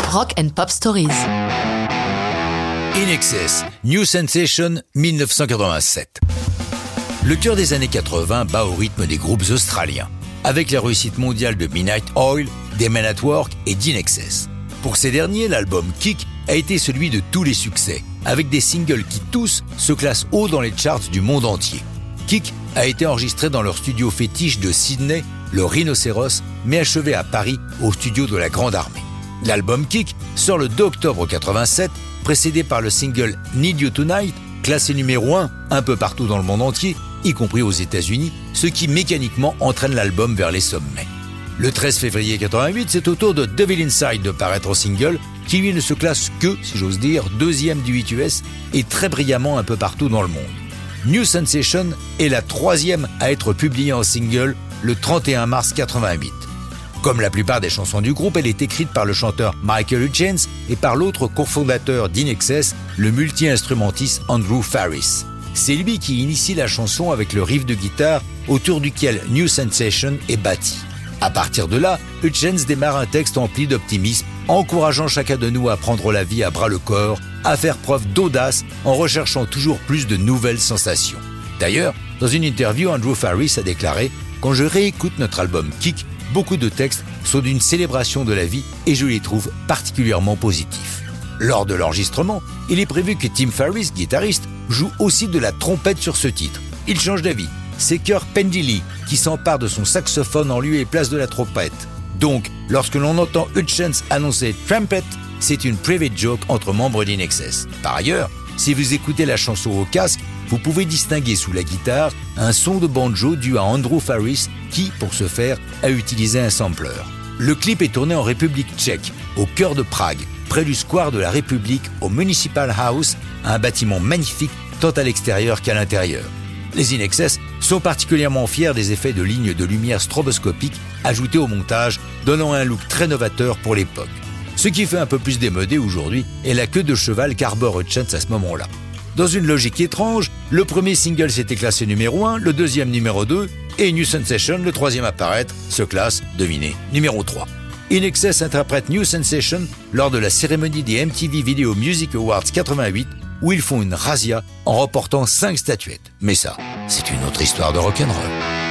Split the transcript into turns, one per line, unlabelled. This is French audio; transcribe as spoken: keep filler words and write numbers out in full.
Rock and Pop Stories.
In Excess, New Sensation, dix-neuf cent quatre-vingt-sept. Le cœur des années quatre-vingts bat au rythme des groupes australiens, avec la réussite mondiale de Midnight Oil, des Men at Work et d'In Excess. Pour ces derniers, l'album Kick a été celui de tous les succès, avec des singles qui tous se classent haut dans les charts du monde entier. Kick a été enregistré dans leur studio fétiche de Sydney, le Rhinocéros, mais achevé à Paris au studio de la Grande Armée. L'album Kick sort le deux octobre quatre-vingt-sept, précédé par le single Need You Tonight, classé numéro un un peu partout dans le monde entier, y compris aux États-Unis, ce qui mécaniquement entraîne l'album vers les sommets. Le treize février quatre-vingt-huit, c'est au tour de Devil Inside de paraître en single, qui lui ne se classe que, si j'ose dire, deuxième du huit U S et très brillamment un peu partout dans le monde. New Sensation est la troisième à être publiée en single le trente et un mars quatre-vingt-huit. Comme la plupart des chansons du groupe, elle est écrite par le chanteur Michael Hutchence et par l'autre cofondateur d'In Excess, le multi-instrumentiste Andrew Farriss. C'est lui qui initie la chanson avec le riff de guitare autour duquel New Sensation est bâti. À partir de là, Hutchence démarre un texte empli d'optimisme, encourageant chacun de nous à prendre la vie à bras-le-corps, à faire preuve d'audace en recherchant toujours plus de nouvelles sensations. D'ailleurs, dans une interview, Andrew Farriss a déclaré « Quand je réécoute notre album Kick, beaucoup de textes sont d'une célébration de la vie et je les trouve particulièrement positifs. » Lors de l'enregistrement, il est prévu que Tim Farriss, guitariste, joue aussi de la trompette sur ce titre. Il change d'avis. C'est Kirk Pendley qui s'empare de son saxophone en lieu et place de la trompette. Donc, lorsque l'on entend Hutchence annoncer « Trumpet », c'est une private joke entre membres d'In Excess. Par ailleurs, si vous écoutez la chanson au casque, vous pouvez distinguer sous la guitare un son de banjo dû à Andrew Farriss qui, pour ce faire, a utilisé un sampler. Le clip est tourné en République tchèque, au cœur de Prague, près du square de la République, au Municipal House, un bâtiment magnifique tant à l'extérieur qu'à l'intérieur. Les In Excess sont particulièrement fiers des effets de lignes de lumière stroboscopiques ajoutés au montage, donnant un look très novateur pour l'époque. Ce qui fait un peu plus démodé aujourd'hui est la queue de cheval qu'arbore Hutchence à ce moment-là. Dans une logique étrange, le premier single s'était classé numéro un, le deuxième numéro deux, et New Sensation, le troisième à paraître, se classe, devinez, numéro trois. In Excess interprète New Sensation lors de la cérémonie des M T V Video Music Awards quatre-vingt-huit, où ils font une razzia en remportant cinq statuettes. Mais ça, c'est une autre histoire de rock'n'roll.